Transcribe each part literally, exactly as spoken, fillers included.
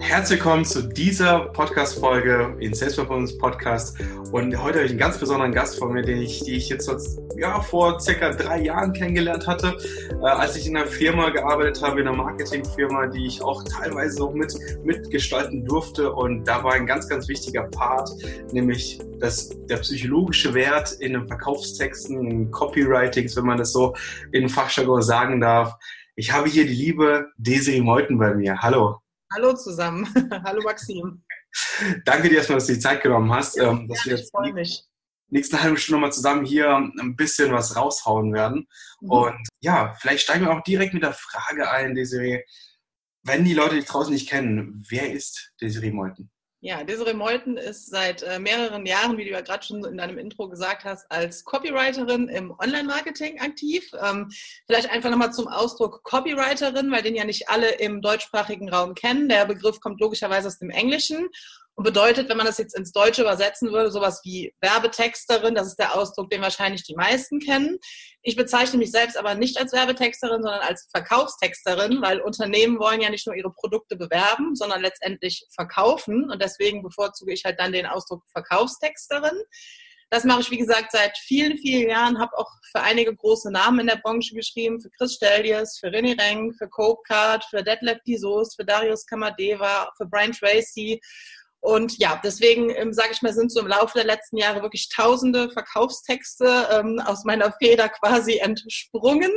Herzlich willkommen zu dieser Podcast-Folge in Sales Performance Podcast. Und heute habe ich einen ganz besonderen Gast von mir, den ich, die ich jetzt ja, vor circa drei Jahren kennengelernt hatte, äh, als ich in einer Firma gearbeitet habe, in einer Marketingfirma, die ich auch teilweise auch mit, mitgestalten durfte. Und da war ein ganz, ganz wichtiger Part, nämlich das, der psychologische Wert in den Verkaufstexten, in Copywritings, wenn man das so in Fachjargon sagen darf. Ich habe hier die liebe Desiree Meuthen bei mir. Hallo. Hallo zusammen. Hallo Maxim. Danke dir erstmal, dass du die Zeit genommen hast, Ja, ähm, dass ja, wir jetzt die nächste halbe Stunde mal zusammen hier ein bisschen was raushauen werden. Mhm. Und ja, vielleicht steigen wir auch direkt mit der Frage ein, Desiree. Wenn die Leute dich draußen nicht kennen, wer ist Desiree Meuthen? Ja, Desiree Meuthen ist seit äh, mehreren Jahren, wie du ja gerade schon in deinem Intro gesagt hast, als Copywriterin im Online-Marketing aktiv. Ähm, vielleicht einfach nochmal zum Ausdruck Copywriterin, weil den ja nicht alle im deutschsprachigen Raum kennen. Der Begriff kommt logischerweise aus dem Englischen und bedeutet, wenn man das jetzt ins Deutsche übersetzen würde, sowas wie Werbetexterin. Das ist der Ausdruck, den wahrscheinlich die meisten kennen. Ich bezeichne mich selbst aber nicht als Werbetexterin, sondern als Verkaufstexterin, weil Unternehmen wollen ja nicht nur ihre Produkte bewerben, sondern letztendlich verkaufen. Und deswegen bevorzuge ich halt dann den Ausdruck Verkaufstexterin. Das mache ich, wie gesagt, seit vielen, vielen Jahren, habe auch für einige große Namen in der Branche geschrieben, für Chris Steldius, für René Renk, für Copecard, für Detlef Soest, für Darius Kamadeva, für Brian Tracy. Und ja, deswegen, ähm, sage ich mal, sind so im Laufe der letzten Jahre wirklich tausende Verkaufstexte ähm, aus meiner Feder quasi entsprungen.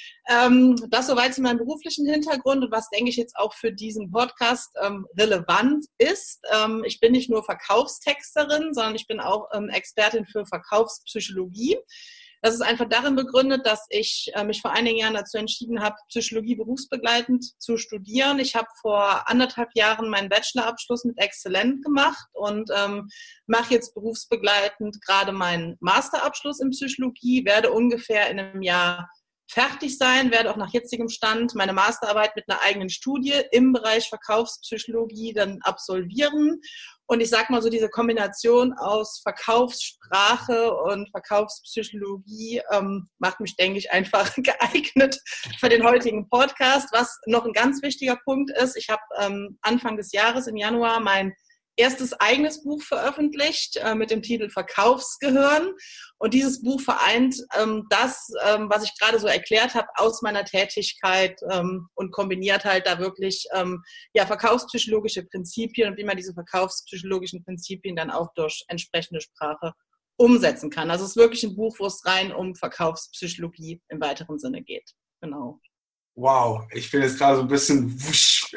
Ähm, das soweit zu meinem beruflichen Hintergrund und was, denke ich, jetzt auch für diesen Podcast ähm, relevant ist. Ähm, ich bin nicht nur Verkaufstexterin, sondern ich bin auch ähm, Expertin für Verkaufspsychologie. Das ist einfach darin begründet, dass ich äh, mich vor einigen Jahren dazu entschieden habe, Psychologie berufsbegleitend zu studieren. Ich habe vor anderthalb Jahren meinen Bachelorabschluss mit Exzellent gemacht und ähm, mache jetzt berufsbegleitend gerade meinen Masterabschluss in Psychologie, werde ungefähr in einem Jahr fertig sein, werde auch nach jetzigem Stand meine Masterarbeit mit einer eigenen Studie im Bereich Verkaufspsychologie dann absolvieren. Und ich sag mal so, diese Kombination aus Verkaufssprache und Verkaufspsychologie ähm, macht mich, denke ich, einfach geeignet für den heutigen Podcast. Was noch ein ganz wichtiger Punkt ist, ich habe ähm, Anfang des Jahres im Januar mein erstes eigenes Buch veröffentlicht äh, mit dem Titel Verkaufsgehirn. Und dieses Buch vereint ähm, das, ähm, was ich gerade so erklärt habe, aus meiner Tätigkeit ähm, und kombiniert halt da wirklich ähm, ja, verkaufspsychologische Prinzipien und wie man diese verkaufspsychologischen Prinzipien dann auch durch entsprechende Sprache umsetzen kann. Also es ist wirklich ein Buch, wo es rein um Verkaufspsychologie im weiteren Sinne geht. Genau. Wow, ich bin jetzt gerade so ein bisschen wusch.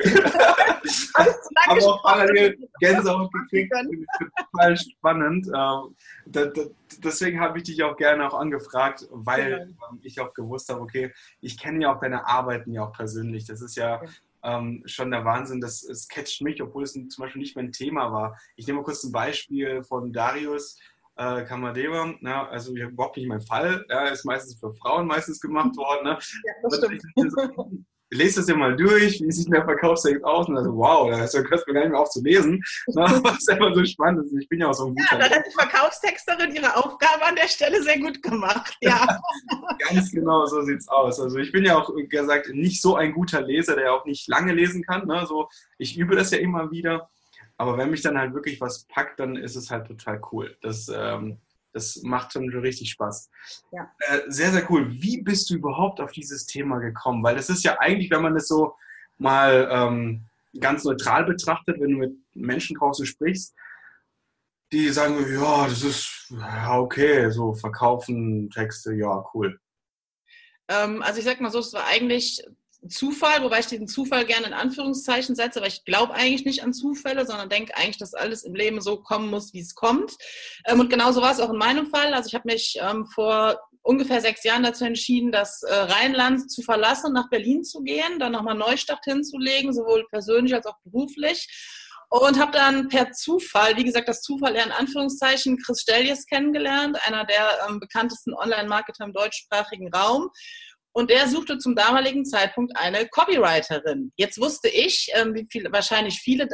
Aber auch parallel Gänsehaut gekriegt. Total spannend. Deswegen habe ich dich auch gerne auch angefragt, weil ich auch gewusst habe, okay, ich kenne ja auch deine Arbeiten ja auch persönlich. Das ist ja ähm, schon der Wahnsinn. Das, das catcht mich, obwohl es zum Beispiel nicht mein Thema war. Ich nehme mal kurz ein Beispiel von Darius Äh, Kamadeva, ne? Also überhaupt nicht mein Fall, ja, ist meistens für Frauen meistens gemacht worden. Ne? Ja, das stimmt. Lest das ja mal durch, wie sieht der Verkaufstext aus? Und also, wow, da hört mir gar nicht mehr auf zu lesen. Ne? Was einfach so spannend ist. Ich bin ja auch so ein guter. Ja, dann hat die Verkaufstexterin ihre Aufgabe an der Stelle sehr gut gemacht. Ja. Ganz genau, so sieht's aus. Also ich bin ja auch, wie gesagt, nicht so ein guter Leser, der auch nicht lange lesen kann. Ne? So, ich übe das ja immer wieder. Aber wenn mich dann halt wirklich was packt, dann ist es halt total cool. Das, ähm, das macht schon richtig Spaß. Ja. Äh, sehr, sehr cool. Wie bist du überhaupt auf dieses Thema gekommen? Weil das ist ja eigentlich, wenn man das so mal ähm, ganz neutral betrachtet, wenn du mit Menschen draußen sprichst, die sagen, ja, das ist ja, okay, so verkaufen, Texte, ja, cool. Ähm, also ich sag mal so, es war eigentlich Zufall, wobei ich diesen Zufall gerne in Anführungszeichen setze, weil ich glaube eigentlich nicht an Zufälle, sondern denke eigentlich, dass alles im Leben so kommen muss, wie es kommt. Ähm, und genauso war es auch in meinem Fall. Also ich habe mich ähm, vor ungefähr sechs Jahren dazu entschieden, das äh, Rheinland zu verlassen und nach Berlin zu gehen, dann nochmal Neustart hinzulegen, sowohl persönlich als auch beruflich. Und habe dann per Zufall, wie gesagt, das Zufall eher in Anführungszeichen, Chris Steldius kennengelernt, einer der ähm, bekanntesten Online-Marketer im deutschsprachigen Raum. Und der suchte zum damaligen Zeitpunkt eine Copywriterin. Jetzt wusste ich, ähm, wie viel, wahrscheinlich viele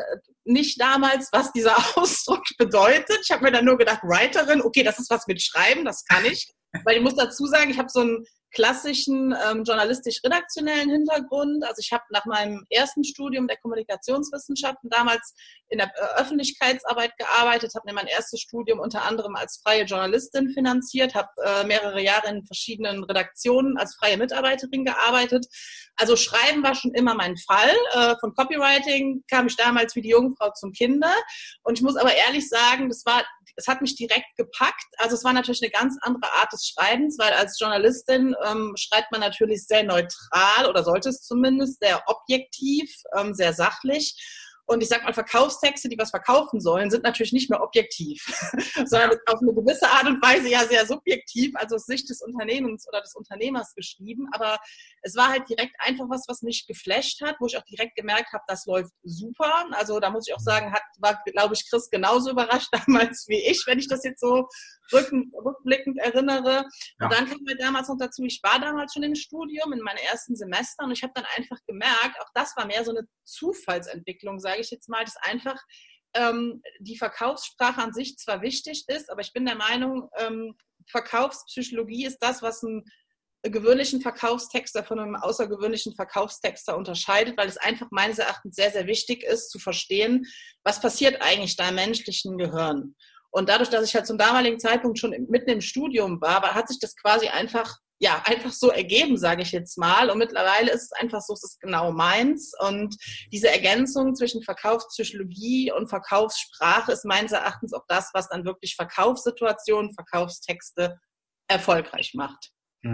nicht damals, was dieser Ausdruck bedeutet. Ich habe mir dann nur gedacht, Writerin, okay, das ist was mit Schreiben, das kann ich. Weil ich muss dazu sagen, ich habe so einen klassischen ähm, journalistisch-redaktionellen Hintergrund. Also ich habe nach meinem ersten Studium der Kommunikationswissenschaften damals in der äh, Öffentlichkeitsarbeit gearbeitet, habe mir mein erstes Studium unter anderem als freie Journalistin finanziert, habe äh, mehrere Jahre in verschiedenen Redaktionen als freie Mitarbeiterin gearbeitet. Also Schreiben war schon immer mein Fall. Äh, von Copywriting kam ich damals wie die Jungfrau zum Kinde. Und ich muss aber ehrlich sagen, das war, es hat mich direkt gepackt. Also es war natürlich eine ganz andere Art des Schreibens, weil als Journalistin ähm, schreibt man natürlich sehr neutral oder sollte es zumindest, sehr objektiv, ähm, sehr sachlich. Und ich sag mal, Verkaufstexte, die was verkaufen sollen, sind natürlich nicht mehr objektiv, sondern ja. auf eine gewisse Art und Weise ja sehr subjektiv, also aus Sicht des Unternehmens oder des Unternehmers geschrieben. Aber es war halt direkt einfach was, was mich geflasht hat, wo ich auch direkt gemerkt habe, das läuft super. Also da muss ich auch sagen, hat, war, glaube ich, Chris genauso überrascht damals wie ich, wenn ich das jetzt so rücken, rückblickend erinnere. Ja. Und dann kam mir damals noch dazu, ich war damals schon im Studium, in meinen ersten Semestern, und ich habe dann einfach gemerkt, auch das war mehr so eine Zufallsentwicklung, sage ich jetzt mal, dass einfach ähm, die Verkaufssprache an sich zwar wichtig ist, aber ich bin der Meinung, ähm, Verkaufspsychologie ist das, was einen gewöhnlichen Verkaufstexter von einem außergewöhnlichen Verkaufstexter unterscheidet, weil es einfach meines Erachtens sehr, sehr wichtig ist, zu verstehen, was passiert eigentlich da im menschlichen Gehirn. Und dadurch, dass ich halt zum damaligen Zeitpunkt schon mitten im Studium war, hat sich das quasi einfach, ja, einfach so ergeben, sage ich jetzt mal. Und mittlerweile ist es einfach so, es ist genau meins. Und diese Ergänzung zwischen Verkaufspsychologie und Verkaufssprache ist meines Erachtens auch das, was dann wirklich Verkaufssituationen, Verkaufstexte erfolgreich macht.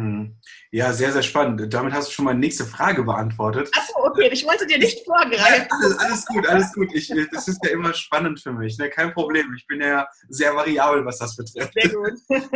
Ja, sehr, sehr spannend. Damit hast du schon meine nächste Frage beantwortet. Achso, okay, ich wollte dir nicht vorgreifen. Ja, alles, alles gut, alles gut. Ich, das ist ja immer spannend für mich, ne? Kein Problem. Ich bin ja sehr variabel, was das betrifft. Sehr gut.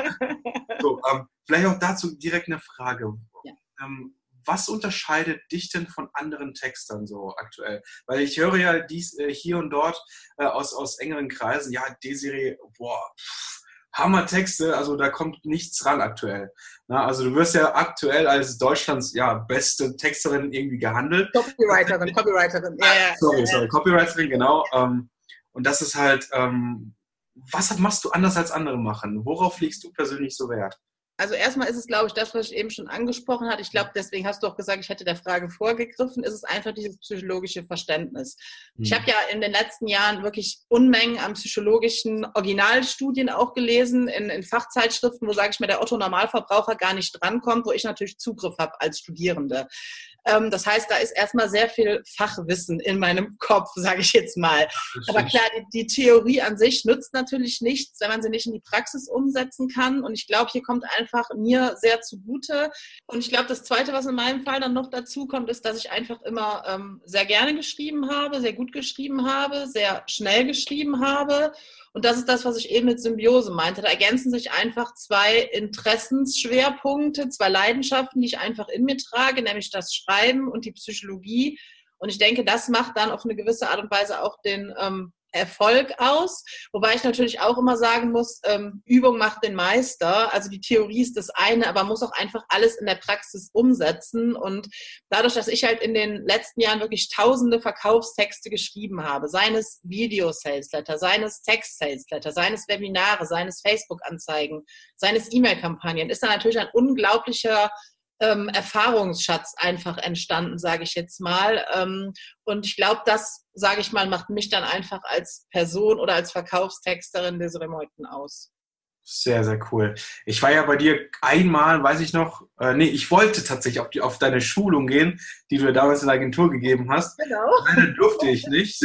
So, ähm, vielleicht auch dazu direkt eine Frage. Ja. Ähm, was unterscheidet dich denn von anderen Textern so aktuell? Weil ich höre ja dies äh, hier und dort äh, aus, aus engeren Kreisen, ja, Desiree, boah, pff, Hammer-Texte, also da kommt nichts ran aktuell. Na, also du wirst ja aktuell als Deutschlands ja, beste Texterin irgendwie gehandelt. Copywriterin, Copywriterin. Ja, ja. Sorry, sorry, Copywriterin, genau. Ähm, und das ist halt, ähm, was machst du anders als andere machen? Worauf legst du persönlich so Wert? Also erstmal ist es, glaube ich, das, was ich eben schon angesprochen hatte. Ich glaube, deswegen hast du auch gesagt, ich hätte der Frage vorgegriffen, ist es einfach dieses psychologische Verständnis. Hm. Ich habe ja in den letzten Jahren wirklich Unmengen an psychologischen Originalstudien auch gelesen, in, in Fachzeitschriften, wo, sage ich mal, der Otto-Normalverbraucher gar nicht drankommt, wo ich natürlich Zugriff habe als Studierende. Ähm, das heißt, da ist erstmal sehr viel Fachwissen in meinem Kopf, sage ich jetzt mal. Aber klar, die, die Theorie an sich nützt natürlich nichts, wenn man sie nicht in die Praxis umsetzen kann. Und ich glaube, hier kommt einfach mir sehr zugute. Und ich glaube, das Zweite, was in meinem Fall dann noch dazu kommt, ist, dass ich einfach immer ähm, sehr gerne geschrieben habe, sehr gut geschrieben habe, sehr schnell geschrieben habe. Und das ist das, was ich eben mit Symbiose meinte. Da ergänzen sich einfach zwei Interessensschwerpunkte, zwei Leidenschaften, die ich einfach in mir trage, nämlich das Schreiben und die Psychologie. Und ich denke, das macht dann auf eine gewisse Art und Weise auch den ähm, Erfolg aus. Wobei ich natürlich auch immer sagen muss, ähm, Übung macht den Meister. Also die Theorie ist das eine, aber man muss auch einfach alles in der Praxis umsetzen. Und dadurch, dass ich halt in den letzten Jahren wirklich tausende Verkaufstexte geschrieben habe, seien es Video-Sales-Letter, seien es Text-Sales-Letter, seien es Webinare, seien es Facebook-Anzeigen, seien es E-Mail-Kampagnen, ist da natürlich ein unglaublicher Ähm, Erfahrungsschatz einfach entstanden, sage ich jetzt mal. Ähm, und ich glaube, das, sage ich mal, macht mich dann einfach als Person oder als Verkaufstexterin Desiree Meuthen aus. Sehr, sehr cool. Ich war ja bei dir einmal, weiß ich noch, äh, nee, ich wollte tatsächlich auf, die, auf deine Schulung gehen, die du damals in der Agentur gegeben hast. Genau. Leider durfte ich nicht.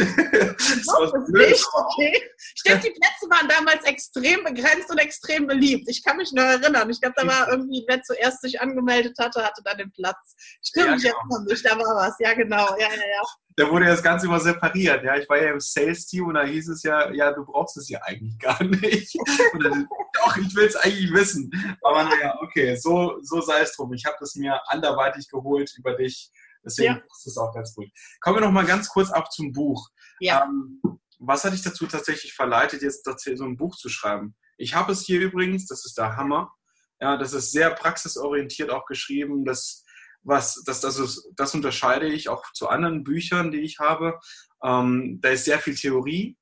Durfte nicht, okay. Stimmt, die Plätze waren damals extrem begrenzt und extrem beliebt. Ich kann mich noch erinnern. Ich glaube, da war irgendwie, wer zuerst sich angemeldet hatte, hatte dann den Platz. Stimmt, ja, genau. Ich erinnere mich, da war was. Ja, genau. Ja, ja, ja. Da wurde ja das Ganze immer separiert. Ja, ich war ja im Sales-Team und da hieß es ja, ja, du brauchst es ja eigentlich gar nicht. Und dann, doch, ich will es eigentlich wissen. Aber naja, okay, so, so sei es drum. Ich habe das mir anderweitig geholt über dich. Deswegen ja. Ist es auch ganz gut. Kommen wir noch mal ganz kurz auch zum Buch. Ja. Ähm, was hat dich dazu tatsächlich verleitet, jetzt so ein Buch zu schreiben? Ich habe es hier übrigens, das ist der Hammer. Ja, das ist sehr praxisorientiert auch geschrieben. Das was, das, das, ist, das unterscheide ich auch zu anderen Büchern, die ich habe. Ähm, da ist sehr viel Theorie.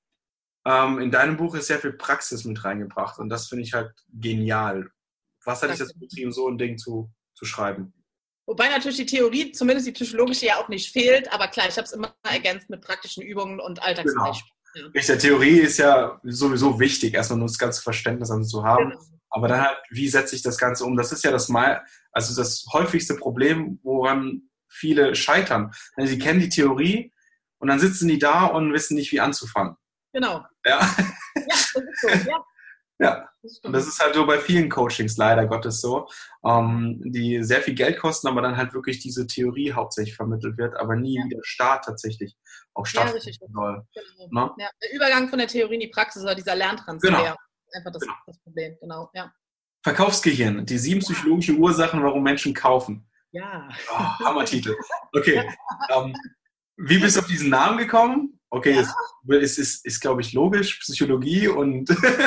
Ähm, in deinem Buch ist sehr viel Praxis mit reingebracht und das finde ich halt genial. Was hat dich dazu getrieben, so ein Ding zu, zu schreiben? Wobei natürlich die Theorie, zumindest die psychologische, ja auch nicht fehlt, aber klar, ich habe es immer ergänzt mit praktischen Übungen und Alltagsbeispielen. Genau. Ja. Theorie ist ja sowieso wichtig, erstmal nur das ganze Verständnis an zu haben, genau. Aber dann halt, wie setze ich das Ganze um? Das ist ja das mal, also das häufigste Problem, woran viele scheitern. Sie kennen die Theorie und dann sitzen die da und wissen nicht, wie anzufangen. Genau. Ja, ja das ist so, ja. Ja, und das ist halt so bei vielen Coachings leider Gottes so, ähm, die sehr viel Geld kosten, aber dann halt wirklich diese Theorie hauptsächlich vermittelt wird, aber nie ja. wie der Start tatsächlich auch stattfinden ja, soll. Genau. Ja, der Übergang von der Theorie in die Praxis oder dieser Lerntransfer. Genau. Einfach das, genau. das Problem, genau. Ja. Verkaufsgehirn, die sieben ja. psychologischen Ursachen, warum Menschen kaufen. Ja. Oh, Hammertitel. Okay, ähm, wie bist du auf diesen Namen gekommen? Okay, ja. es ist, ist, ist glaube ich, logisch, Psychologie und...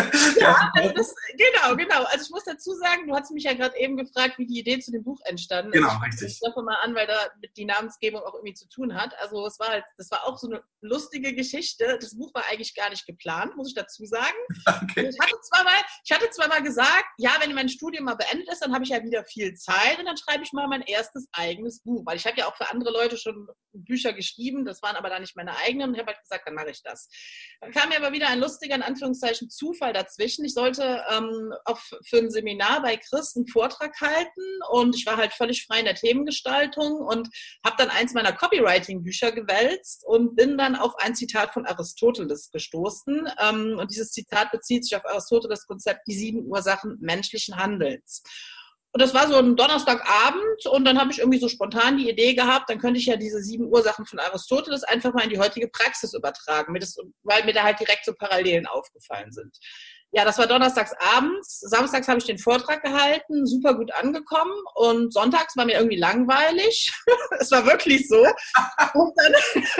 ja, das, genau, genau. Also ich muss dazu sagen, du hast mich ja gerade eben gefragt, wie die Idee zu dem Buch entstanden ist. Genau, ich richtig. Ich darf mal an, weil da die Namensgebung auch irgendwie zu tun hat. Also es war halt, das war auch so eine lustige Geschichte. Das Buch war eigentlich gar nicht geplant, muss ich dazu sagen. Okay. Ich hatte zwar mal, ich hatte zwar mal gesagt, ja, wenn mein Studium mal beendet ist, dann habe ich ja wieder viel Zeit und dann schreibe ich mal mein erstes eigenes Buch. Weil ich habe ja auch für andere Leute schon Bücher geschrieben, das waren aber dann nicht meine eigenen und ich habe halt gesagt, dann mache ich das. Dann kam mir aber wieder ein lustiger, in Anführungszeichen, Zufall dazwischen. Ich sollte ähm, auf, für ein Seminar bei Chris einen Vortrag halten und ich war halt völlig frei in der Themengestaltung und habe dann eins meiner Copywriting-Bücher gewälzt und bin dann auf ein Zitat von Aristoteles gestoßen. Ähm, und dieses Zitat bezieht sich auf Aristoteles Konzept, die sieben Ursachen menschlichen Handelns. Und das war so ein Donnerstagabend und dann habe ich irgendwie so spontan die Idee gehabt, dann könnte ich ja diese sieben Ursachen von Aristoteles einfach mal in die heutige Praxis übertragen, weil mir da halt direkt so Parallelen aufgefallen sind. Ja, das war donnerstags abends. Samstags habe ich den Vortrag gehalten, super gut angekommen und sonntags war mir irgendwie langweilig. Es war wirklich so. Und dann,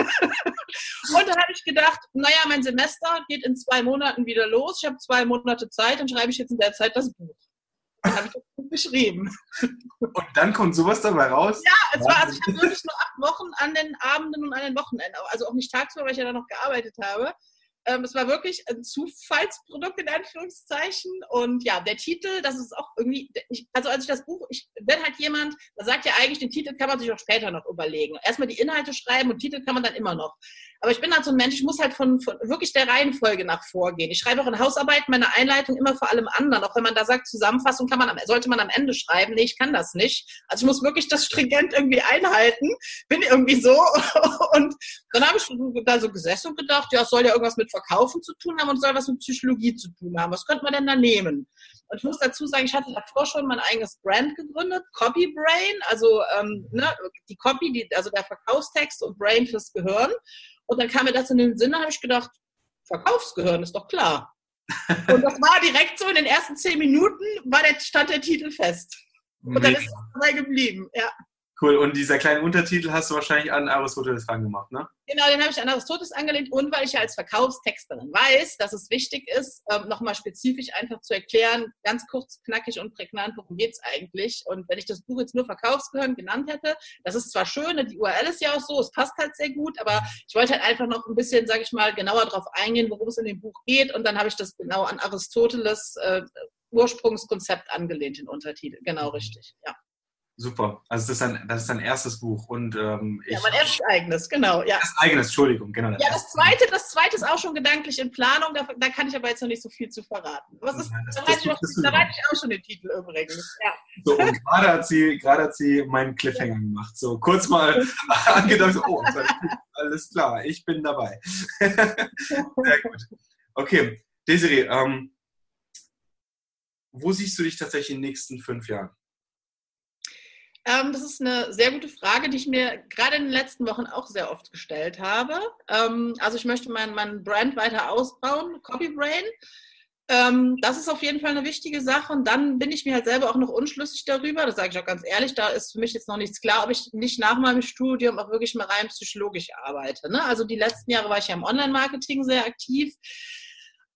und dann habe ich gedacht, naja, mein Semester geht in zwei Monaten wieder los. Ich habe zwei Monate Zeit, dann schreibe ich jetzt in der Zeit das Buch. Dann habe ich das Buch geschrieben. Und dann kommt sowas dabei raus? Ja, es war, also ich habe wirklich nur acht Wochen an den Abenden und an den Wochenenden, also auch nicht tagsüber, weil ich ja da noch gearbeitet habe. Ähm, es war wirklich ein Zufallsprodukt in Anführungszeichen und ja, der Titel, das ist auch irgendwie, ich, also als ich das Buch, ich bin halt jemand, da sagt ja eigentlich, den Titel kann man sich auch später noch überlegen. Erstmal die Inhalte schreiben und Titel kann man dann immer noch. Aber ich bin halt so ein Mensch, ich muss halt von, von wirklich der Reihenfolge nach vorgehen. Ich schreibe auch in Hausarbeiten meine Einleitung immer vor allem anderen. Auch wenn man da sagt, Zusammenfassung kann man am, sollte man am Ende schreiben. Nee, ich kann das nicht. Also ich muss wirklich das stringent irgendwie einhalten. Bin irgendwie so. Und dann habe ich da so gesessen und gedacht, ja, es soll ja irgendwas mit Verkaufen zu tun haben und soll was mit Psychologie zu tun haben. Was könnte man denn da nehmen? Und ich muss dazu sagen, ich hatte davor schon mein eigenes Brand gegründet, Copybrain, also ähm, ne, die Copy, die, also der Verkaufstext und Brain fürs Gehirn. Und dann kam mir das in den Sinn, da habe ich gedacht, Verkaufsgehirn ist doch klar. Und das war direkt so, in den ersten zehn Minuten war der, stand der Titel fest. Und dann ist es dabei geblieben, ja. Cool, und dieser kleine Untertitel hast du wahrscheinlich an Aristoteles rangemacht, ne? Genau, den habe ich an Aristoteles angelehnt und weil ich ja als Verkaufstexterin weiß, dass es wichtig ist, ähm, nochmal spezifisch einfach zu erklären, ganz kurz, knackig und prägnant, worum geht es eigentlich. Und wenn ich das Buch jetzt nur Verkaufsgehirn genannt hätte, das ist zwar schön, die U R L ist ja auch so, es passt halt sehr gut, aber ich wollte halt einfach noch ein bisschen, sage ich mal, genauer darauf eingehen, worum es in dem Buch geht und dann habe ich das genau an Aristoteles äh, Ursprungskonzept angelehnt, den Untertitel. Genau, richtig, ja. Super. Also das ist dein, das ist dein erstes Buch. Und, ähm, ich, ja, mein erstes eigenes, genau. Ja. Das eigenes, Entschuldigung. Genau, ja, das zweite, das zweite ist auch schon gedanklich in Planung. Da, da kann ich aber jetzt noch nicht so viel zu verraten. Was ist, ja, das, da weiß ich, ich auch schon den Titel übrigens. Ja. So, und gerade hat sie, gerade hat sie meinen Cliffhanger gemacht. So kurz mal angedacht, so, oh, alles klar, ich bin dabei. Sehr gut. Okay, Desiree, ähm, wo siehst du dich tatsächlich in den nächsten fünf Jahren? Ähm, das ist eine sehr gute Frage, die ich mir gerade in den letzten Wochen auch sehr oft gestellt habe. Ähm, also ich möchte mein, mein Brand weiter ausbauen, Copybrain. Ähm, das ist auf jeden Fall eine wichtige Sache. Und dann bin ich mir halt selber auch noch unschlüssig darüber. Das sage ich auch ganz ehrlich, da ist für mich jetzt noch nichts klar, ob ich nicht nach meinem Studium auch wirklich mal rein psychologisch arbeite. Ne? Also die letzten Jahre war ich ja im Online-Marketing sehr aktiv.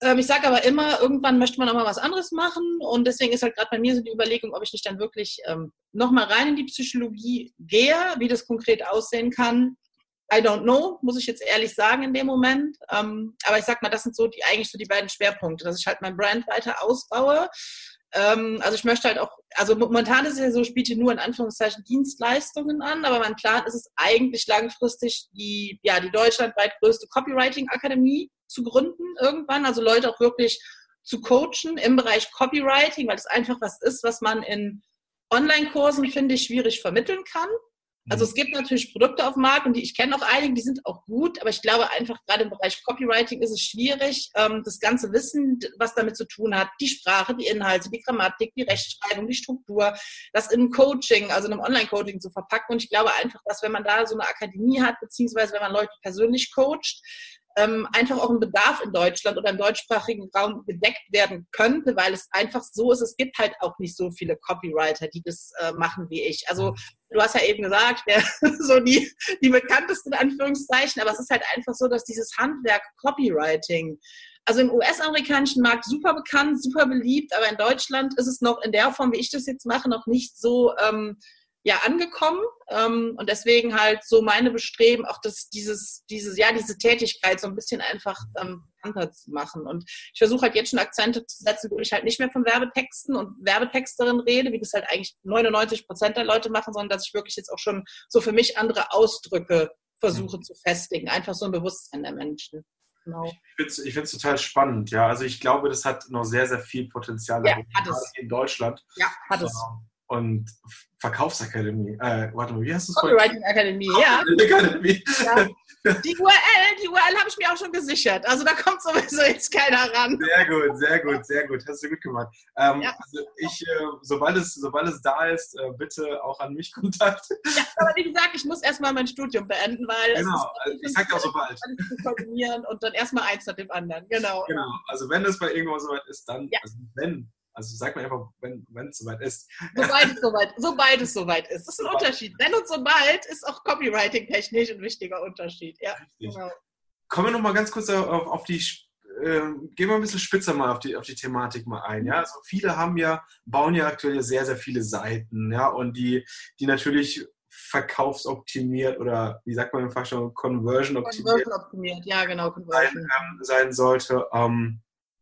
Ähm, ich sage aber immer, irgendwann möchte man auch mal was anderes machen und deswegen ist halt gerade bei mir so die Überlegung, ob ich nicht dann wirklich ähm, nochmal rein in die Psychologie gehe, wie das konkret aussehen kann. I don't know, muss ich jetzt ehrlich sagen in dem Moment. Ähm, aber ich sag mal, das sind so die eigentlich so die beiden Schwerpunkte, dass ich halt mein Brand weiter ausbaue. Ähm, also ich möchte halt auch, also momentan ist es ja so, ich biete nur in Anführungszeichen Dienstleistungen an, aber mein Plan ist es eigentlich langfristig, die, ja, die deutschlandweit größte Copywriting-Akademie zu gründen irgendwann. Also Leute auch wirklich zu coachen im Bereich Copywriting, weil es einfach was ist, was man in Online-Kursen, finde ich, schwierig vermitteln kann. Also es gibt natürlich Produkte auf dem Markt und die, ich kenne auch einige, die sind auch gut, aber ich glaube einfach gerade im Bereich Copywriting ist es schwierig, ähm, das ganze Wissen, was damit zu tun hat, die Sprache, die Inhalte, die Grammatik, die Rechtschreibung, die Struktur, das in einem Coaching, also in einem Online-Coaching zu verpacken. Und ich glaube einfach, dass wenn man da so eine Akademie hat, beziehungsweise wenn man Leute persönlich coacht, ähm, einfach auch ein Bedarf in Deutschland oder im deutschsprachigen Raum gedeckt werden könnte, weil es einfach so ist, es gibt halt auch nicht so viele Copywriter, die das äh, machen wie ich. Also du hast ja eben gesagt, der, so die, die bekanntesten Anführungszeichen, aber es ist halt einfach so, dass dieses Handwerk Copywriting, also im U S-amerikanischen Markt super bekannt, super beliebt, aber in Deutschland ist es noch in der Form, wie ich das jetzt mache, noch nicht so ähm, ja, angekommen. Ähm, und deswegen halt so meine Bestreben, auch das, dieses, dieses, ja, diese Tätigkeit so ein bisschen einfach ähm, bekannter zu machen. Und ich versuche halt jetzt schon Akzente zu setzen, wo ich halt nicht mehr von Werbetexten und Werbetexterin rede, wie das halt eigentlich neunundneunzig Prozent der Leute machen, sondern dass ich wirklich jetzt auch schon so für mich andere Ausdrücke versuche zu festigen. Einfach so ein Bewusstsein der Menschen. Genau. Ich finde es total spannend, ja. Also ich glaube, das hat noch sehr, sehr viel Potenzial, ja, hat es. in Deutschland. Ja, hat es. Und Verkaufsakademie, äh, warte mal, wie heißt das? Copywriting Akademie, ja. Akademie. Ja. Die U R L, die U R L habe ich mir auch schon gesichert. Also da kommt sowieso jetzt keiner ran. Sehr gut, sehr gut, sehr gut. Hast du gut gemacht. Ähm, ja. Also ich, äh, sobald es, sobald es da ist, äh, bitte auch an mich Kontakt. Ja, aber wie gesagt, ich muss erstmal mein Studium beenden, weil genau, es ist, ich sag auch sobald. Zu koordinieren und dann erstmal eins nach dem anderen. Genau. Genau. Also wenn es bei irgendwo soweit ist, dann, ja. also wenn. Also sag mal einfach, wenn es soweit ist. Sobald es soweit, sobald es soweit ist. Das ist ein sobald. Unterschied. Wenn und sobald ist auch Copywriting-technisch ein wichtiger Unterschied. Ja, genau. Kommen wir noch mal ganz kurz auf, auf die, äh, gehen wir ein bisschen spitzer mal auf die, auf die Thematik mal ein. Ja? Also viele haben ja, bauen ja aktuell sehr, sehr viele Seiten, ja, und die, die natürlich verkaufsoptimiert oder wie sagt man im Fachjargon, Conversion optimiert. Conversion optimiert, ja genau, Conversion. Sein, sein sollte. Ähm,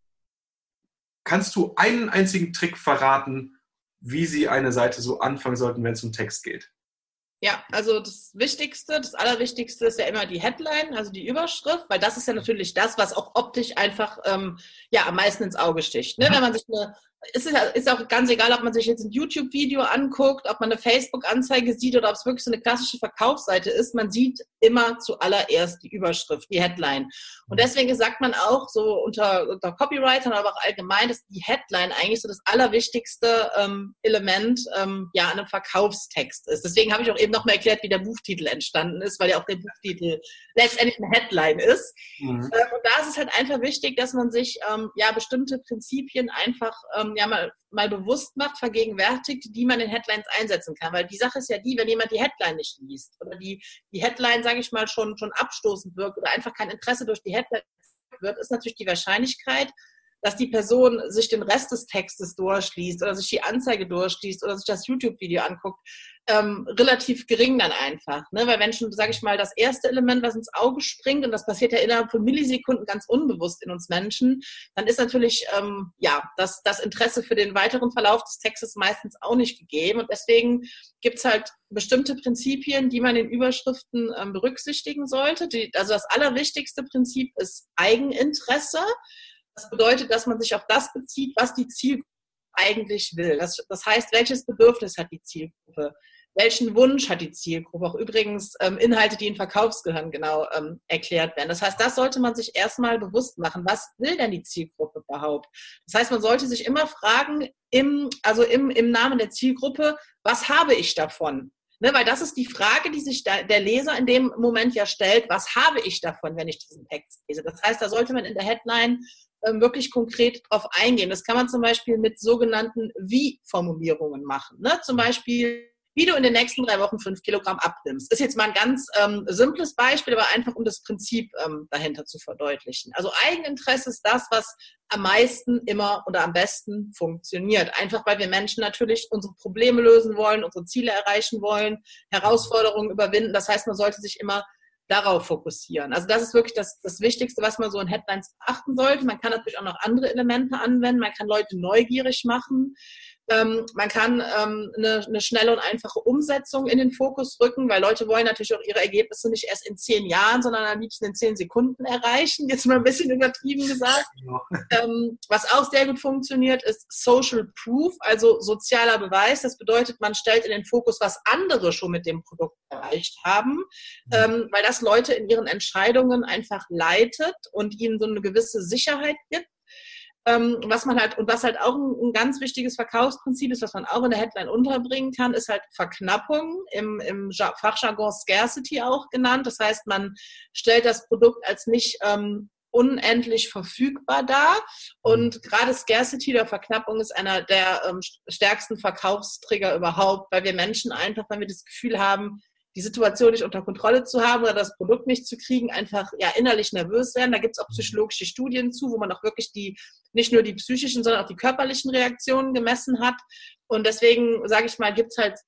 Kannst du einen einzigen Trick verraten, wie Sie eine Seite so anfangen sollten, wenn es um Text geht? Ja, also das Wichtigste, das Allerwichtigste ist ja immer die Headline, also die Überschrift, weil das ist ja natürlich das, was auch optisch einfach ähm, ja, am meisten ins Auge sticht. Ne? Wenn man sich eine Es ist, ist auch ganz egal, ob man sich jetzt ein YouTube-Video anguckt, ob man eine Facebook-Anzeige sieht oder ob es wirklich so eine klassische Verkaufsseite ist. Man sieht immer zuallererst die Überschrift, die Headline. Und deswegen sagt man auch so unter, unter Copywritern, aber auch allgemein, dass die Headline eigentlich so das allerwichtigste ähm, Element ähm, ja, an einem Verkaufstext ist. Deswegen habe ich auch eben noch mal erklärt, wie der Buchtitel entstanden ist, weil ja auch der Buchtitel letztendlich eine Headline ist. Mhm. Ähm, und da ist es halt einfach wichtig, dass man sich ähm, ja bestimmte Prinzipien einfach ähm, ja mal, mal bewusst macht, vergegenwärtigt, die man in Headlines einsetzen kann. Weil die Sache ist ja die, wenn jemand die Headline nicht liest oder die, die Headline, sage ich mal, schon, schon abstoßend wirkt oder einfach kein Interesse durch die Headline wird, ist natürlich die Wahrscheinlichkeit, dass die Person sich den Rest des Textes durchliest oder sich die Anzeige durchliest oder sich das YouTube-Video anguckt, ähm, relativ gering dann einfach. Ne? Weil wenn schon, sage ich mal, das erste Element, was ins Auge springt, und das passiert ja innerhalb von Millisekunden ganz unbewusst in uns Menschen, dann ist natürlich ähm, ja das, das Interesse für den weiteren Verlauf des Textes meistens auch nicht gegeben. Und deswegen gibt es halt bestimmte Prinzipien, die man in Überschriften ähm, berücksichtigen sollte. Die, also das allerwichtigste Prinzip ist Eigeninteresse. Das bedeutet, dass man sich auf das bezieht, was die Zielgruppe eigentlich will. Das, das heißt, welches Bedürfnis hat die Zielgruppe? Welchen Wunsch hat die Zielgruppe? Auch übrigens ähm, Inhalte, die in Verkaufsgehirn genau ähm, erklärt werden. Das heißt, das sollte man sich erstmal bewusst machen. Was will denn die Zielgruppe überhaupt? Das heißt, man sollte sich immer fragen, im, also im, im Namen der Zielgruppe, was habe ich davon? Ne, weil das ist die Frage, die sich da, der Leser in dem Moment ja stellt, was habe ich davon, wenn ich diesen Text lese? Das heißt, da sollte man in der Headline ähm, wirklich konkret drauf eingehen. Das kann man zum Beispiel mit sogenannten Wie-Formulierungen machen. Ne? Zum Beispiel, wie du in den nächsten drei Wochen fünf Kilogramm abnimmst. Ist jetzt mal ein ganz ähm, simples Beispiel, aber einfach um das Prinzip ähm, dahinter zu verdeutlichen. Also Eigeninteresse ist das, was am meisten immer oder am besten funktioniert. Einfach weil wir Menschen natürlich unsere Probleme lösen wollen, unsere Ziele erreichen wollen, Herausforderungen überwinden. Das heißt, man sollte sich immer darauf fokussieren. Also das ist wirklich das, das Wichtigste, was man so in Headlines beachten sollte. Man kann natürlich auch noch andere Elemente anwenden. Man kann Leute neugierig machen. Ähm, man kann ähm, eine, eine schnelle und einfache Umsetzung in den Fokus rücken, weil Leute wollen natürlich auch ihre Ergebnisse nicht erst in zehn Jahren, sondern am liebsten in zehn Sekunden erreichen. Jetzt mal ein bisschen übertrieben gesagt. Ja. Ähm, was auch sehr gut funktioniert, ist Social Proof, also sozialer Beweis. Das bedeutet, man stellt in den Fokus, was andere schon mit dem Produkt erreicht haben, mhm. ähm, weil das Leute in ihren Entscheidungen einfach leitet und ihnen so eine gewisse Sicherheit gibt. Ähm, was man halt, und was halt auch ein, ein ganz wichtiges Verkaufsprinzip ist, was man auch in der Headline unterbringen kann, ist halt Verknappung, im, im Fachjargon Scarcity auch genannt. Das heißt, man stellt das Produkt als nicht ähm, unendlich verfügbar dar. Und gerade Scarcity oder Verknappung ist einer der ähm, stärksten Verkaufstrigger überhaupt, weil wir Menschen einfach, wenn wir das Gefühl haben, die Situation nicht unter Kontrolle zu haben oder das Produkt nicht zu kriegen, einfach ja innerlich nervös werden. Da gibt es auch psychologische Studien zu, wo man auch wirklich die, nicht nur die psychischen, sondern auch die körperlichen Reaktionen gemessen hat. Und deswegen, sage ich mal, gibt es halt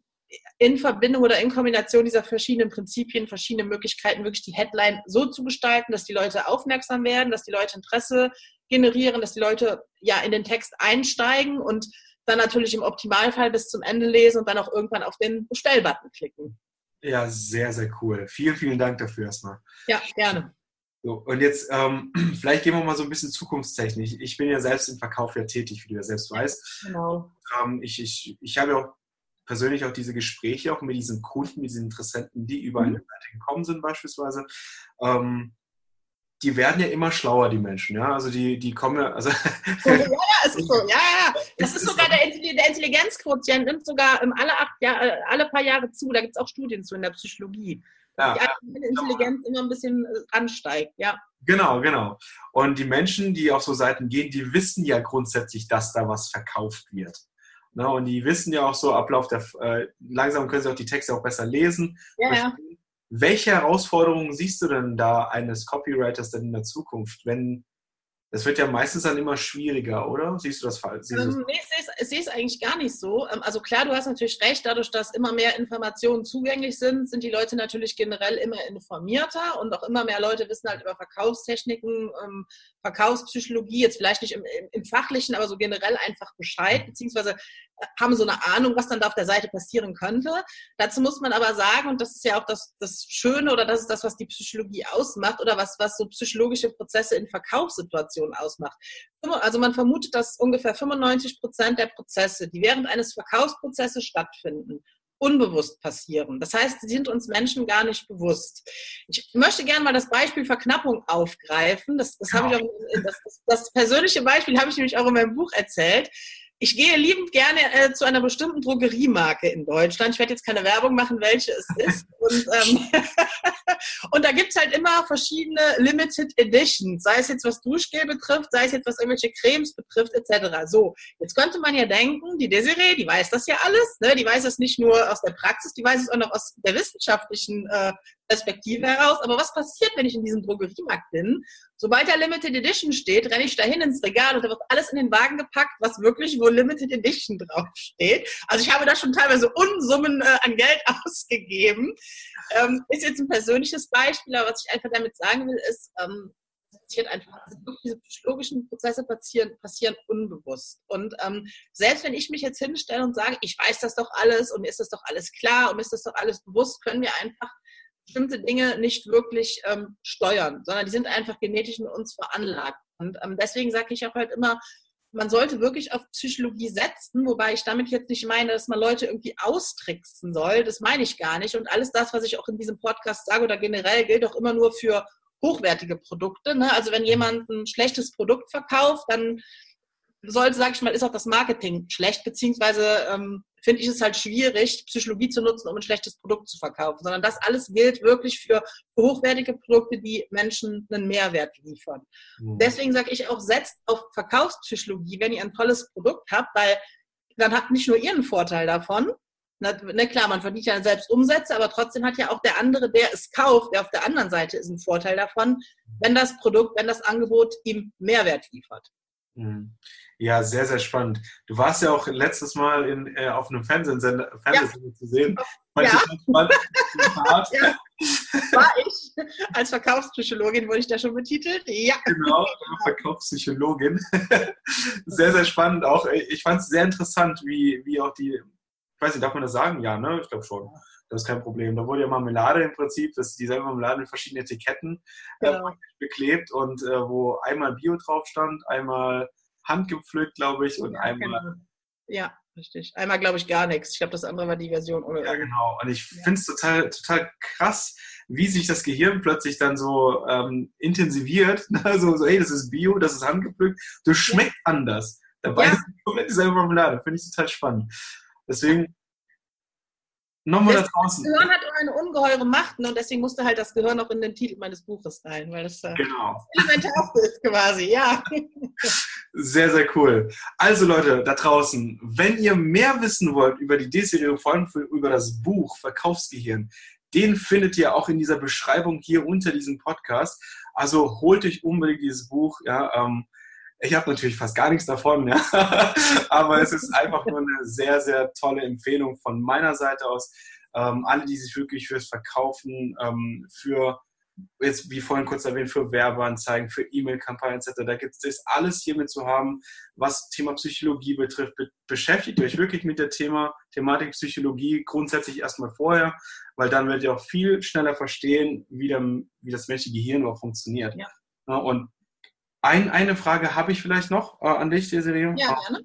in Verbindung oder in Kombination dieser verschiedenen Prinzipien, verschiedene Möglichkeiten, wirklich die Headline so zu gestalten, dass die Leute aufmerksam werden, dass die Leute Interesse generieren, dass die Leute ja in den Text einsteigen und dann natürlich im Optimalfall bis zum Ende lesen und dann auch irgendwann auf den Bestellbutton klicken. Ja, sehr, sehr cool. Vielen, vielen Dank dafür erstmal. Ja, gerne. So, und jetzt, ähm, vielleicht gehen wir mal so ein bisschen zukunftstechnisch. Ich bin ja selbst im Verkauf ja tätig, wie du ja selbst weißt. Genau. Ähm, ich, ich, ich habe ja auch persönlich auch diese Gespräche auch mit diesen Kunden, mit diesen Interessenten, die über eine Seite gekommen sind beispielsweise. Ähm, die werden ja immer schlauer, die Menschen, ja, also die, die kommen ja, also... ja, ja, es ist so, ja, ja, das ist sogar der, der Intelligenzquotient, nimmt sogar um alle acht Jahre, alle paar Jahre zu, da gibt es auch Studien zu in der Psychologie, dass ja, die ja, Intelligenz immer ein bisschen ansteigt, ja. Genau, genau. Und die Menschen, die auf so Seiten gehen, die wissen ja grundsätzlich, dass da was verkauft wird. Ne? Und die wissen ja auch so, Ablauf der, äh, langsam können sie auch die Texte auch besser lesen. Ja, ja. Welche Herausforderungen siehst du denn da eines Copywriters denn in der Zukunft, wenn das wird ja meistens dann immer schwieriger, oder? Siehst du das falsch? Ähm, nee, ich sehe es eigentlich gar nicht so. Also klar, du hast natürlich recht, dadurch, dass immer mehr Informationen zugänglich sind, sind die Leute natürlich generell immer informierter und auch immer mehr Leute wissen halt über Verkaufstechniken, ähm, Verkaufspsychologie, jetzt vielleicht nicht im, im, im Fachlichen, aber so generell einfach Bescheid, beziehungsweise haben so eine Ahnung, was dann da auf der Seite passieren könnte. Dazu muss man aber sagen, und das ist ja auch das, das Schöne oder das ist das, was die Psychologie ausmacht oder was, was so psychologische Prozesse in Verkaufssituationen ausmacht. Also man vermutet, dass ungefähr fünfundneunzig Prozent der Prozesse, die während eines Verkaufsprozesses stattfinden, unbewusst passieren. Das heißt, sie sind uns Menschen gar nicht bewusst. Ich möchte gerne mal das Beispiel Verknappung aufgreifen. Das, das, habe ich auch, das, das, das persönliche Beispiel habe ich nämlich auch in meinem Buch erzählt. Ich gehe liebend gerne äh, zu einer bestimmten Drogeriemarke in Deutschland. Ich werde jetzt keine Werbung machen, welche es ist. Und, ähm, und da gibt es halt immer verschiedene Limited Editions, sei es jetzt was Duschgel betrifft, sei es jetzt was irgendwelche Cremes betrifft, et cetera. So, jetzt könnte man ja denken, die Desiree, die weiß das ja alles. Ne? Die weiß es nicht nur aus der Praxis, die weiß es auch noch aus der wissenschaftlichen äh, Perspektive heraus. Aber was passiert, wenn ich in diesem Drogeriemarkt bin? Sobald da Limited Edition steht, renne ich dahin ins Regal und da wird alles in den Wagen gepackt, was wirklich wo Limited Edition draufsteht. Also ich habe da schon teilweise Unsummen äh, an Geld ausgegeben. Ähm, ist jetzt ein persönliches Beispiel, aber was ich einfach damit sagen will, ist, ähm, passiert einfach, also diese psychologischen Prozesse passieren, passieren unbewusst. Und ähm, selbst wenn ich mich jetzt hinstelle und sage, ich weiß das doch alles und mir ist das doch alles klar und mir ist das doch alles bewusst, können wir einfach bestimmte Dinge nicht wirklich ähm, steuern, sondern die sind einfach genetisch in uns veranlagt. Und ähm, deswegen sage ich auch halt immer, man sollte wirklich auf Psychologie setzen, wobei ich damit jetzt nicht meine, dass man Leute irgendwie austricksen soll. Das meine ich gar nicht. Und alles das, was ich auch in diesem Podcast sage oder generell, gilt auch immer nur für hochwertige Produkte. Ne? Also wenn jemand ein schlechtes Produkt verkauft, dann sollte, sage ich mal, ist auch das Marketing schlecht, beziehungsweise ähm, finde ich es halt schwierig, Psychologie zu nutzen, um ein schlechtes Produkt zu verkaufen, sondern das alles gilt wirklich für hochwertige Produkte, die Menschen einen Mehrwert liefern. Mhm. Deswegen sage ich auch, setzt auf Verkaufspsychologie, wenn ihr ein tolles Produkt habt, weil dann habt nicht nur ihr einen Vorteil davon, Na, na klar, man verdient ja selbst Umsätze, aber trotzdem hat ja auch der andere, der es kauft, der auf der anderen Seite ist, einen Vorteil davon, wenn das Produkt, wenn das Angebot ihm Mehrwert liefert. Ja, sehr, sehr spannend. Du warst ja auch letztes Mal in, äh, auf einem Fernsehsender, Fernsehsender ja. zu sehen. Ja. ja. War ich als Verkaufspsychologin, wurde ich da schon betitelt? Ja. Genau, Verkaufspsychologin. Sehr, sehr spannend auch. Ich fand es sehr interessant, wie, wie auch die, ich weiß nicht, darf man das sagen? Ja, ne? Ich glaube schon. Das ist kein Problem. Da wurde ja Marmelade im Prinzip, das ist dieselbe Marmelade mit verschiedenen Etiketten genau. äh, beklebt und äh, wo einmal Bio drauf stand, einmal handgepflückt, glaube ich, und ja, einmal... Genau. Ja, richtig. Einmal, glaube ich, gar nichts. Ich glaube, das andere war die Version ohne... Ja, genau. Und ich ja. finde es total, total krass, wie sich das Gehirn plötzlich dann so ähm, intensiviert. so, so, hey, das ist Bio, das ist handgepflückt. Das schmeckt ja. anders. Dabei ja. ist es komplett dieselbe Marmelade. Finde ich total spannend. Deswegen... Nochmal da draußen. Das Gehirn hat eine ungeheure Macht, ne? Und deswegen musste halt das Gehirn auch in den Titel meines Buches rein, weil das genau. elementarste ist quasi, ja. Sehr, sehr cool. Also Leute, da draußen, wenn ihr mehr wissen wollt über die D-Serie, vor allem für, über das Buch Verkaufsgehirn, den findet ihr auch in dieser Beschreibung hier unter diesem Podcast. Also holt euch unbedingt dieses Buch, ja, ähm, ich habe natürlich fast gar nichts davon, ja. Aber es ist einfach nur eine sehr, sehr tolle Empfehlung von meiner Seite aus. Ähm, alle, die sich wirklich fürs Verkaufen, ähm, für, jetzt wie vorhin kurz erwähnt, für Werbeanzeigen, für E-Mail-Kampagnen et cetera, da gibt es alles hiermit zu haben, was Thema Psychologie betrifft. Be- beschäftigt euch wirklich mit der Thema, Thematik Psychologie grundsätzlich erstmal vorher, weil dann werdet ihr auch viel schneller verstehen, wie, der, wie das menschliche Gehirn überhaupt funktioniert. Ja. Ja, und Ein, eine Frage habe ich vielleicht noch äh, an dich, Desiree. Ja, gerne.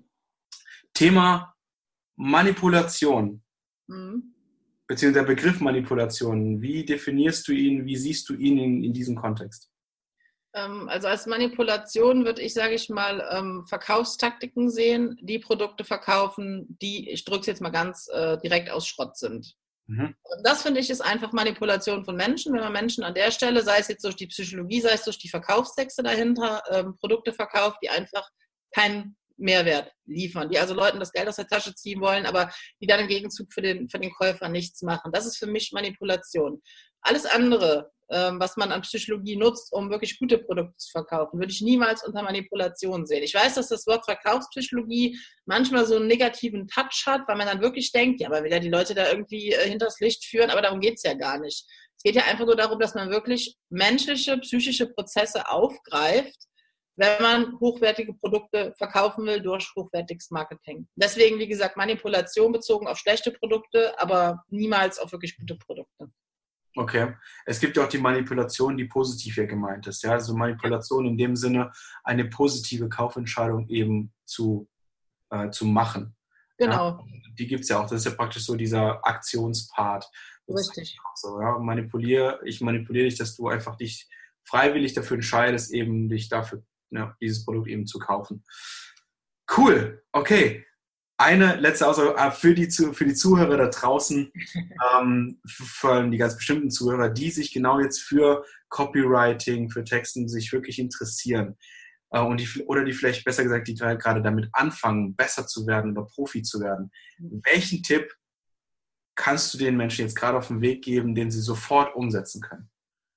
Thema Manipulation, mhm. beziehungsweise der Begriff Manipulation. Wie definierst du ihn, wie siehst du ihn in, in diesem Kontext? Ähm, also als Manipulation würde ich, sage ich mal, ähm, Verkaufstaktiken sehen, die Produkte verkaufen, die, ich drücke es jetzt mal ganz äh, direkt aus, Schrott sind. Mhm. Das, finde ich, ist einfach Manipulation von Menschen, wenn man Menschen an der Stelle, sei es jetzt durch die Psychologie, sei es durch die Verkaufstexte dahinter, ähm, Produkte verkauft, die einfach keinen Mehrwert liefern, die also Leuten das Geld aus der Tasche ziehen wollen, aber die dann im Gegenzug für den, für den Käufer nichts machen. Das ist für mich Manipulation. Alles andere, ähm, was man an Psychologie nutzt, um wirklich gute Produkte zu verkaufen, würde ich niemals unter Manipulation sehen. Ich weiß, dass das Wort Verkaufspsychologie manchmal so einen negativen Touch hat, weil man dann wirklich denkt, ja, aber will ja die Leute da irgendwie äh, hinters Licht führen, aber darum geht es ja gar nicht. Es geht ja einfach nur darum, dass man wirklich menschliche, psychische Prozesse aufgreift, wenn man hochwertige Produkte verkaufen will durch hochwertiges Marketing. Deswegen, wie gesagt, Manipulation bezogen auf schlechte Produkte, aber niemals auf wirklich gute Produkte. Okay. Es gibt ja auch die Manipulation, die positiv hier gemeint ist. Ja? Also Manipulation in dem Sinne, eine positive Kaufentscheidung eben zu, äh, zu machen. Genau. Ja? Die gibt es ja auch. Das ist ja praktisch so dieser Aktionspart. Richtig. So, ja? Manipuliere, ich manipuliere dich, dass du einfach dich freiwillig dafür entscheidest, eben dich dafür, ja, dieses Produkt eben zu kaufen. Cool. Okay. Eine letzte Aussage für die, für die Zuhörer da draußen, ähm, für die ganz bestimmten Zuhörer, die sich genau jetzt für Copywriting, für Texten sich wirklich interessieren äh, und die, oder die vielleicht besser gesagt, die gerade damit anfangen, besser zu werden oder Profi zu werden. Welchen Tipp kannst du den Menschen jetzt gerade auf den Weg geben, den sie sofort umsetzen können?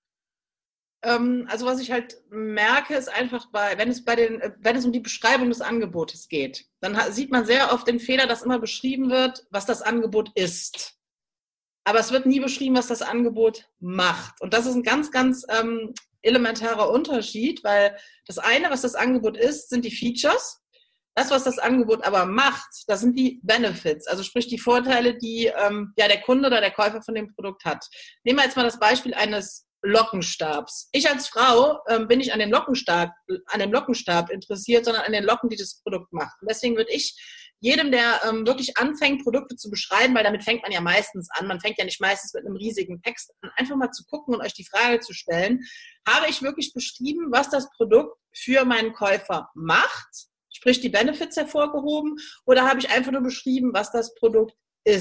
Also was ich halt merke, ist einfach, bei, wenn es bei den, wenn es um die Beschreibung des Angebotes geht, dann sieht man sehr oft den Fehler, dass immer beschrieben wird, was das Angebot ist. Aber es wird nie beschrieben, was das Angebot macht. Und das ist ein ganz, ganz ähm, elementarer Unterschied, weil das eine, was das Angebot ist, sind die Features. Das, was das Angebot aber macht, das sind die Benefits, also sprich die Vorteile, die ähm, ja, der Kunde oder der Käufer von dem Produkt hat. Nehmen wir jetzt mal das Beispiel eines Lockenstabs. Ich als Frau ähm, bin nicht an dem Lockenstab, an dem Lockenstab interessiert, sondern an den Locken, die das Produkt macht. Und deswegen würde ich jedem, der ähm, wirklich anfängt, Produkte zu beschreiben, weil damit fängt man ja meistens an, man fängt ja nicht meistens mit einem riesigen Text an, einfach mal zu gucken und euch die Frage zu stellen, habe ich wirklich beschrieben, was das Produkt für meinen Käufer macht, sprich die Benefits hervorgehoben, oder habe ich einfach nur beschrieben, was das Produkt ist?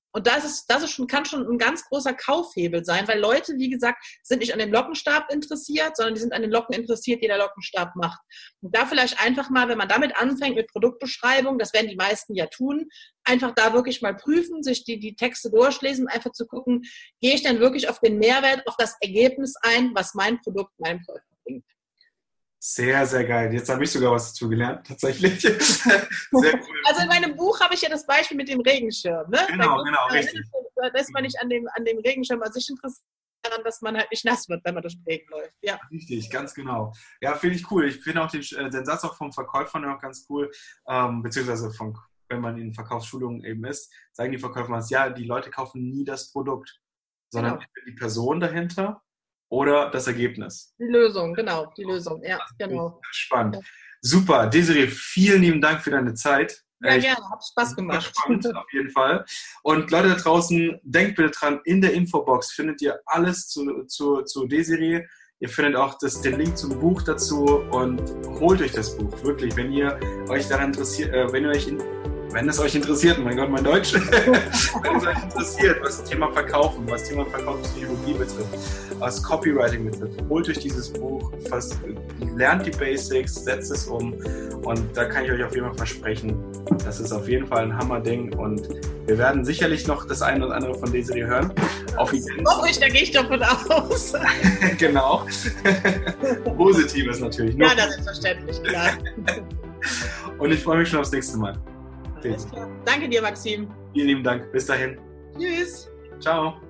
Und das ist, das ist schon, kann schon ein ganz großer Kaufhebel sein, weil Leute, wie gesagt, sind nicht an dem Lockenstab interessiert, sondern die sind an den Locken interessiert, die der Lockenstab macht. Und da vielleicht einfach mal, wenn man damit anfängt mit Produktbeschreibung, das werden die meisten ja tun, einfach da wirklich mal prüfen, sich die, die Texte durchlesen, einfach zu gucken, gehe ich denn wirklich auf den Mehrwert, auf das Ergebnis ein, was mein Produkt meinem Käufer bringt. Sehr, sehr geil. Jetzt habe ich sogar was dazu gelernt, tatsächlich. Sehr cool. Also in meinem Buch habe ich ja das Beispiel mit dem Regenschirm. Ne? Genau, genau, richtig. Da ist man nicht an dem, an dem Regenschirm an sich interessiert, daran, dass man halt nicht nass wird, wenn man durch den Regen läuft. Ja. Richtig, ganz genau. Ja, finde ich cool. Ich finde auch den, den Satz auch vom Verkäufer noch ganz cool, ähm, beziehungsweise von, wenn man in Verkaufsschulungen eben ist, sagen die Verkäufer, ja, die Leute kaufen nie das Produkt, sondern genau. die Person dahinter oder das Ergebnis. Die Lösung, genau, die Lösung, ja, genau. Spannend. Ja. Super, Desiree, vielen lieben Dank für deine Zeit. Ja, ich gerne, hat Spaß gemacht. Spannend, auf jeden Fall. Und Leute da draußen, denkt bitte dran, in der Infobox findet ihr alles zu, zu, zu Desiree. Ihr findet auch das, den Link zum Buch dazu und holt euch das Buch, wirklich, wenn ihr euch daran interessiert, äh, wenn ihr euch in, wenn es euch interessiert, mein Gott, mein Deutsch, wenn es euch interessiert, was das Thema Verkaufen, was das Thema Verkaufspsychologie betrifft, was Copywriting betrifft, holt euch dieses Buch, fast, lernt die Basics, setzt es um und da kann ich euch auf jeden Fall versprechen, das ist auf jeden Fall ein Hammerding und wir werden sicherlich noch das eine oder andere von Desiree hören. Auf oh, ich, da gehe ich davon aus. Genau. Positives natürlich. Ja, das ist verständlich, klar. Und ich freue mich schon aufs nächste Mal. Alles klar. Danke dir, Maxim. Vielen lieben Dank. Bis dahin. Tschüss. Ciao.